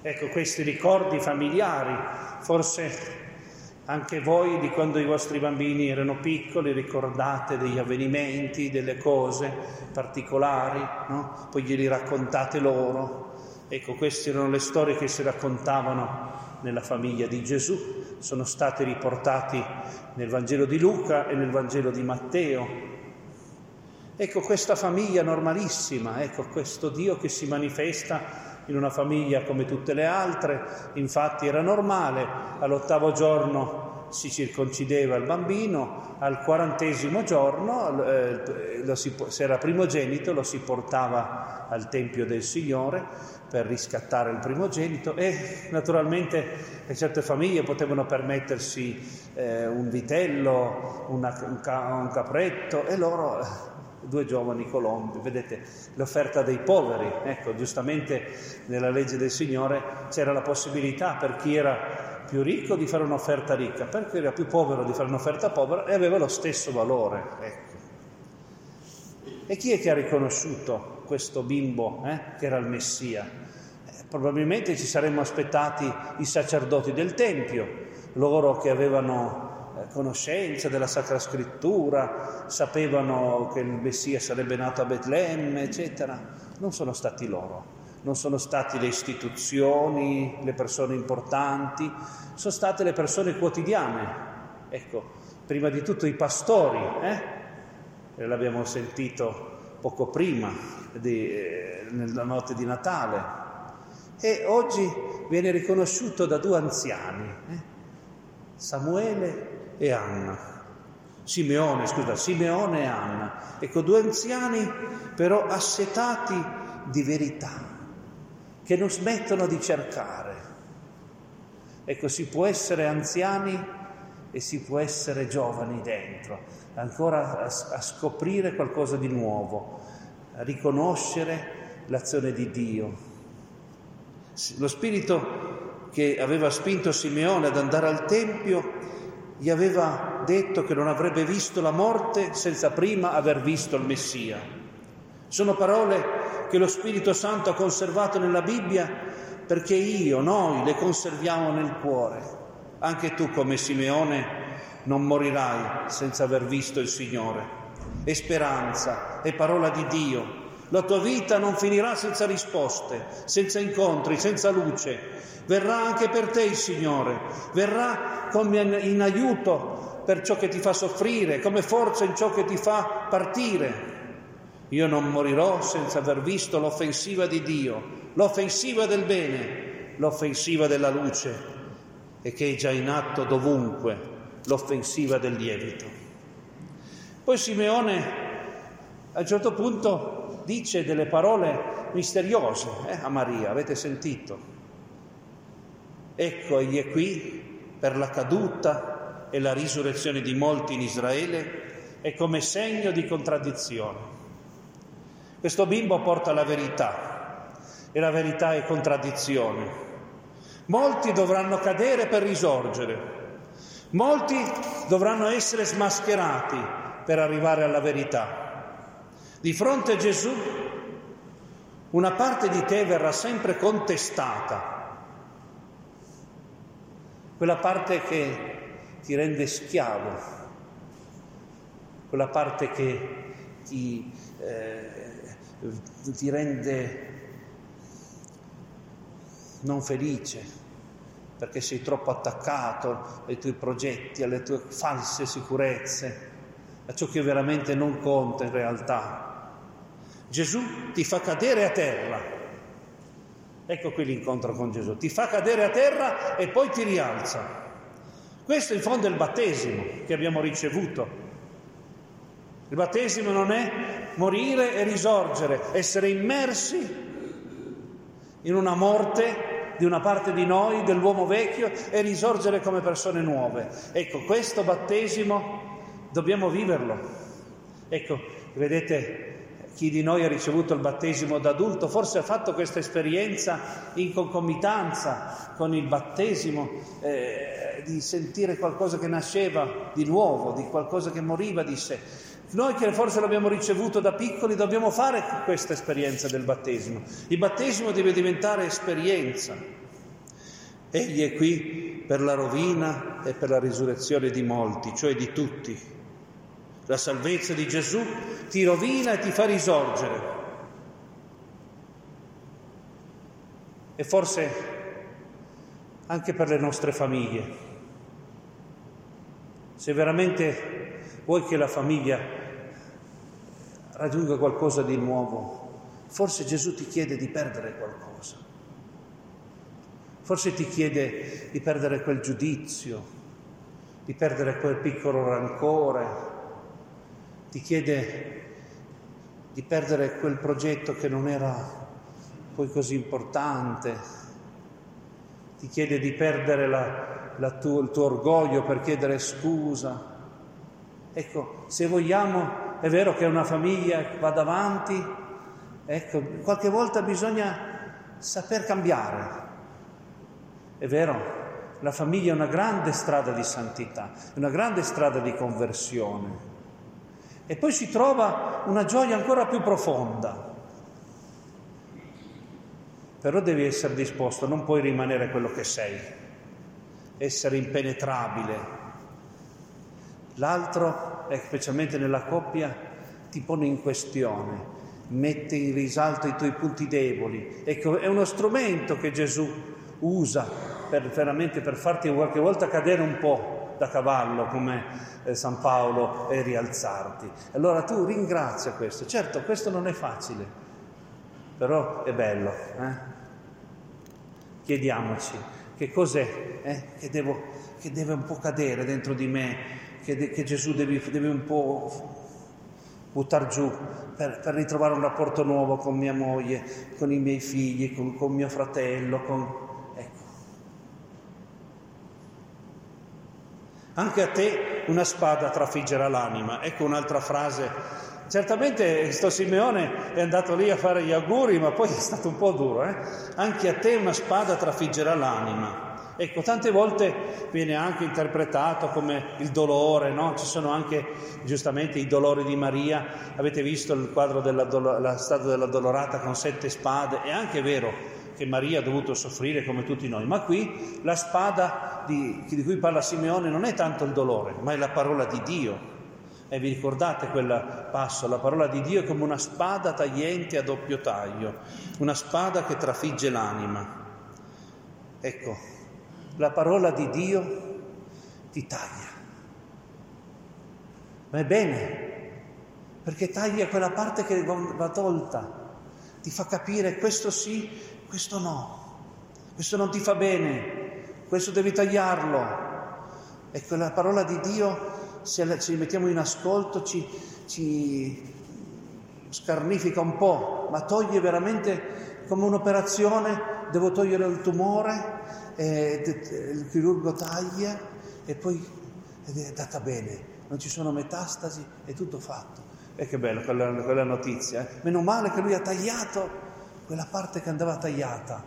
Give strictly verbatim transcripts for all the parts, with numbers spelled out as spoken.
Ecco, questi ricordi familiari, forse anche voi di quando i vostri bambini erano piccoli ricordate degli avvenimenti, delle cose particolari, no? Poi glieli raccontate loro. Ecco, queste erano le storie che si raccontavano nella famiglia di Gesù, sono stati riportati nel Vangelo di Luca e nel Vangelo di Matteo. Ecco questa famiglia normalissima, ecco questo Dio che si manifesta in una famiglia come tutte le altre. Infatti era normale, all'ottavo giorno si circoncideva il bambino, al quarantesimo giorno, eh, lo si, se era primogenito, lo si portava al Tempio del Signore per riscattare il primogenito, e naturalmente certe famiglie potevano permettersi eh, un vitello, una, un, ca, un capretto, e loro eh, due giovani colombi. Vedete l'offerta dei poveri, ecco, giustamente nella legge del Signore c'era la possibilità per chi era più ricco di fare un'offerta ricca, per chi era più povero di fare un'offerta povera, e aveva lo stesso valore, ecco. E chi è che ha riconosciuto questo bimbo eh, che era il Messia? Eh, probabilmente ci saremmo aspettati i sacerdoti del Tempio, loro che avevano eh, conoscenza della Sacra Scrittura, sapevano che il Messia sarebbe nato a Betlemme, eccetera. Non sono stati loro, non sono state le istituzioni, le persone importanti, sono state le persone quotidiane. Ecco, prima di tutto i pastori, eh? L'abbiamo sentito poco prima, di, eh, nella notte di Natale, e oggi viene riconosciuto da due anziani, eh? Samuele e Anna, Simeone, scusa, Simeone e Anna. Ecco, due anziani però assetati di verità, che non smettono di cercare. Ecco, si può essere anziani e si può essere giovani dentro, ancora a, a scoprire qualcosa di nuovo, a riconoscere l'azione di Dio. Lo spirito che aveva spinto Simeone ad andare al Tempio gli aveva detto che non avrebbe visto la morte senza prima aver visto il Messia. Sono parole che lo Spirito Santo ha conservato nella Bibbia perché io, noi le conserviamo nel cuore. Anche tu, come Simeone, non morirai senza aver visto il Signore. È speranza, è parola di Dio. La tua vita non finirà senza risposte, senza incontri, senza luce. Verrà anche per te il Signore, verrà come in aiuto per ciò che ti fa soffrire, come forza in ciò che ti fa partire. Io non morirò senza aver visto l'offensiva di Dio, l'offensiva del bene, l'offensiva della luce, e che è già in atto dovunque, l'offensiva del lievito. Poi Simeone a un certo punto dice delle parole misteriose eh, a Maria, avete sentito? Ecco, egli è qui per la caduta e la risurrezione di molti in Israele e come segno di contraddizione. Questo bimbo porta la verità, e la verità è contraddizione. Molti dovranno cadere per risorgere, molti dovranno essere smascherati per arrivare alla verità. Di fronte a Gesù, una parte di te verrà sempre contestata, quella parte che ti rende schiavo, quella parte che ti, eh, ti rende non felice, perché sei troppo attaccato ai tuoi progetti, alle tue false sicurezze, a ciò che veramente non conta in realtà. Gesù ti fa cadere a terra. Ecco qui l'incontro con Gesù, ti fa cadere a terra e poi ti rialza. Questo in fondo è il battesimo che abbiamo ricevuto. Il battesimo non è morire e risorgere, essere immersi in una morte di una parte di noi, dell'uomo vecchio, e risorgere come persone nuove. Ecco, questo battesimo dobbiamo viverlo. Ecco, vedete, chi di noi ha ricevuto il battesimo da adulto forse ha fatto questa esperienza in concomitanza con il battesimo, eh, di sentire qualcosa che nasceva di nuovo, di qualcosa che moriva di sé. Noi che forse l'abbiamo ricevuto da piccoli dobbiamo fare questa esperienza del battesimo. Il battesimo deve diventare esperienza. Egli è qui per la rovina e per la risurrezione di molti, cioè di tutti. La salvezza di Gesù ti rovina e ti fa risorgere. E forse anche per le nostre famiglie. Se veramente vuoi che la famiglia raggiunga qualcosa di nuovo, forse Gesù ti chiede di perdere qualcosa. Forse ti chiede di perdere quel giudizio, di perdere quel piccolo rancore, ti chiede di perdere quel progetto che non era poi così importante, ti chiede di perdere la, la tuo, il tuo orgoglio per chiedere scusa. Ecco, se vogliamo, è vero che una famiglia va avanti, ecco, qualche volta bisogna saper cambiare. È vero, la famiglia è una grande strada di santità, è una grande strada di conversione. E poi si trova una gioia ancora più profonda. Però devi essere disposto, non puoi rimanere quello che sei, essere impenetrabile. L'altro, eh, specialmente nella coppia, ti pone in questione, mette in risalto i tuoi punti deboli. Ecco, è uno strumento che Gesù usa per, veramente per farti qualche volta cadere un po' da cavallo, come eh, San Paolo, e rialzarti. Allora tu ringrazia questo. Certo, questo non è facile, però è bello, eh? Chiediamoci che cos'è eh? che, devo, che deve un po' cadere dentro di me, che, de, che Gesù deve, deve un po' buttar giù per, per ritrovare un rapporto nuovo con mia moglie, con i miei figli, con, con mio fratello, con... ecco. Anche a te una spada trafiggerà l'anima. Ecco un'altra frase. Certamente sto Simeone è andato lì a fare gli auguri, ma poi è stato un po' duro, eh? Anche a te una spada trafiggerà l'anima. Ecco, tante volte viene anche interpretato come il dolore, no? Ci sono anche giustamente i dolori di Maria. Avete visto il quadro della dolo- la statua della Dolorata con sette spade? È anche vero che Maria ha dovuto soffrire come tutti noi, ma qui la spada di, di cui parla Simeone non è tanto il dolore, ma è la parola di Dio. E vi ricordate quel passo? La parola di Dio è come una spada tagliente a doppio taglio, una spada che trafigge l'anima. Ecco, la parola di Dio ti taglia. Ma è bene, perché taglia quella parte che va tolta, ti fa capire questo sì, questo no, questo non ti fa bene, questo devi tagliarlo. Ecco, la parola di Dio, se ci mettiamo in ascolto, ci, ci scarnifica un po', ma toglie veramente come un'operazione. Devo togliere il tumore, eh, il chirurgo taglia e poi ed è andata bene, non ci sono metastasi, è tutto fatto. E che bello quella, quella notizia, eh? Meno male che lui ha tagliato quella parte che andava tagliata.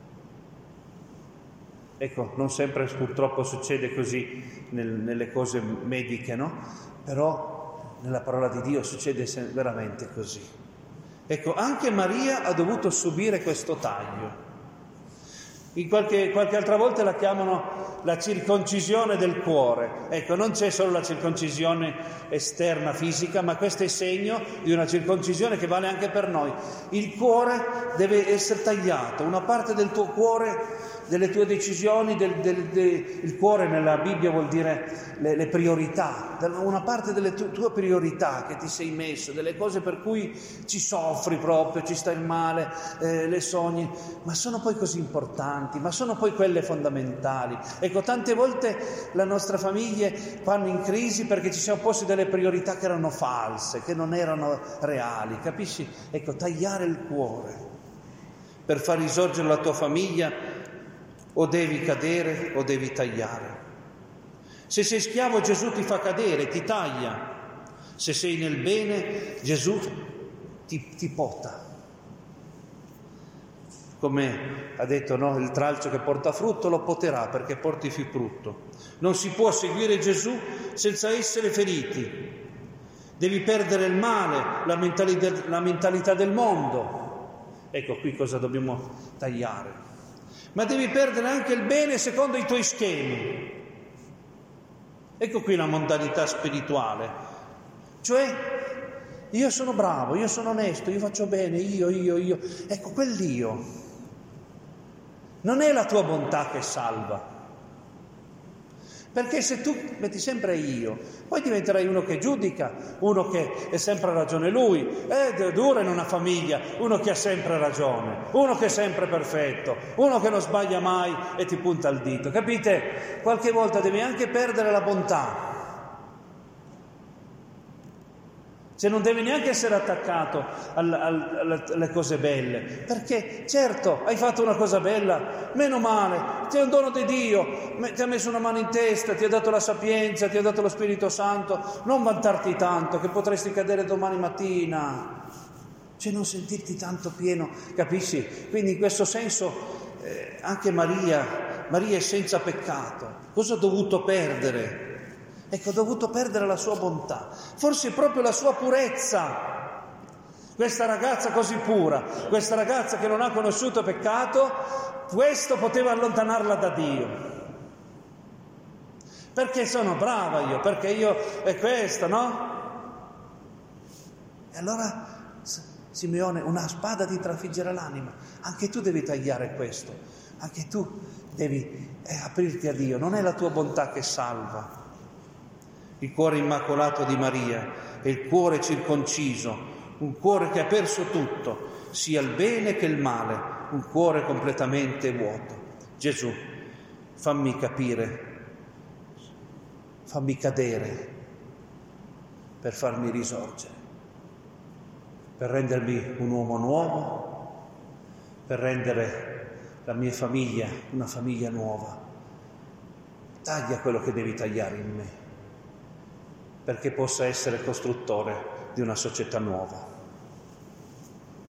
Ecco, non sempre purtroppo succede così nel, nelle cose mediche, no? Però nella parola di Dio succede veramente così. Ecco, anche Maria ha dovuto subire questo taglio. In qualche, qualche altra volta la chiamano la circoncisione del cuore. Ecco, non c'è solo la circoncisione esterna, fisica, ma questo è segno di una circoncisione che vale anche per noi. Il cuore deve essere tagliato, una parte del tuo cuore, delle tue decisioni, del, del, del, il cuore nella Bibbia vuol dire le, le priorità, una parte delle tu, tue priorità che ti sei messo, delle cose per cui ci soffri proprio, ci stai male, eh, le sogni, ma sono poi così importanti, ma sono poi quelle fondamentali. Ecco, tante volte le nostre famiglie vanno in crisi perché ci siamo posti delle priorità che erano false, che non erano reali, capisci? Ecco, tagliare il cuore per far risorgere la tua famiglia. O devi cadere o devi tagliare. Se sei schiavo, Gesù ti fa cadere, ti taglia. Se sei nel bene, Gesù ti, ti pota. Come ha detto, no? Il tralcio che porta frutto lo poterà perché porti più frutto. Non si può seguire Gesù senza essere feriti. Devi perdere il male, la mentalità, la mentalità del mondo. Ecco qui cosa dobbiamo tagliare. ma devi perdere anche il bene secondo i tuoi schemi. Ecco qui la mondanità spirituale, cioè io sono bravo, io sono onesto, io faccio bene, io, io, io. Ecco, quell'io non è la tua bontà che salva. Perché se tu metti sempre io, poi diventerai uno che giudica, uno che è sempre ragione lui. È dura in una famiglia, uno che ha sempre ragione, uno che è sempre perfetto, uno che non sbaglia mai e ti punta il dito. Capite? Qualche volta devi anche perdere la bontà. Se non devi neanche essere attaccato al, al, alle cose belle, perché certo hai fatto una cosa bella, meno male, ti è un dono di Dio, ti ha messo una mano in testa, ti ha dato la sapienza, ti ha dato lo Spirito Santo, non vantarti tanto che potresti cadere domani mattina, cioè non sentirti tanto pieno, capisci? Quindi in questo senso eh, anche Maria, Maria è senza peccato, cosa ha dovuto perdere? Ecco, ha dovuto perdere la sua bontà, forse proprio la sua purezza. Questa ragazza così pura, questa ragazza che non ha conosciuto peccato, questo poteva allontanarla da Dio. Perché sono brava io, perché io è questo, no? E allora, Simeone, una spada ti trafiggerà l'anima. Anche tu devi tagliare questo, anche tu devi eh, aprirti a Dio. Non è la tua bontà che salva. Il cuore immacolato di Maria è il cuore circonciso, un cuore che ha perso tutto, sia il bene che il male, un cuore completamente vuoto. Gesù, fammi capire, fammi cadere per farmi risorgere, per rendermi un uomo nuovo, per rendere la mia famiglia una famiglia nuova. Taglia quello che devi tagliare in me, perché possa essere costruttore di una società nuova.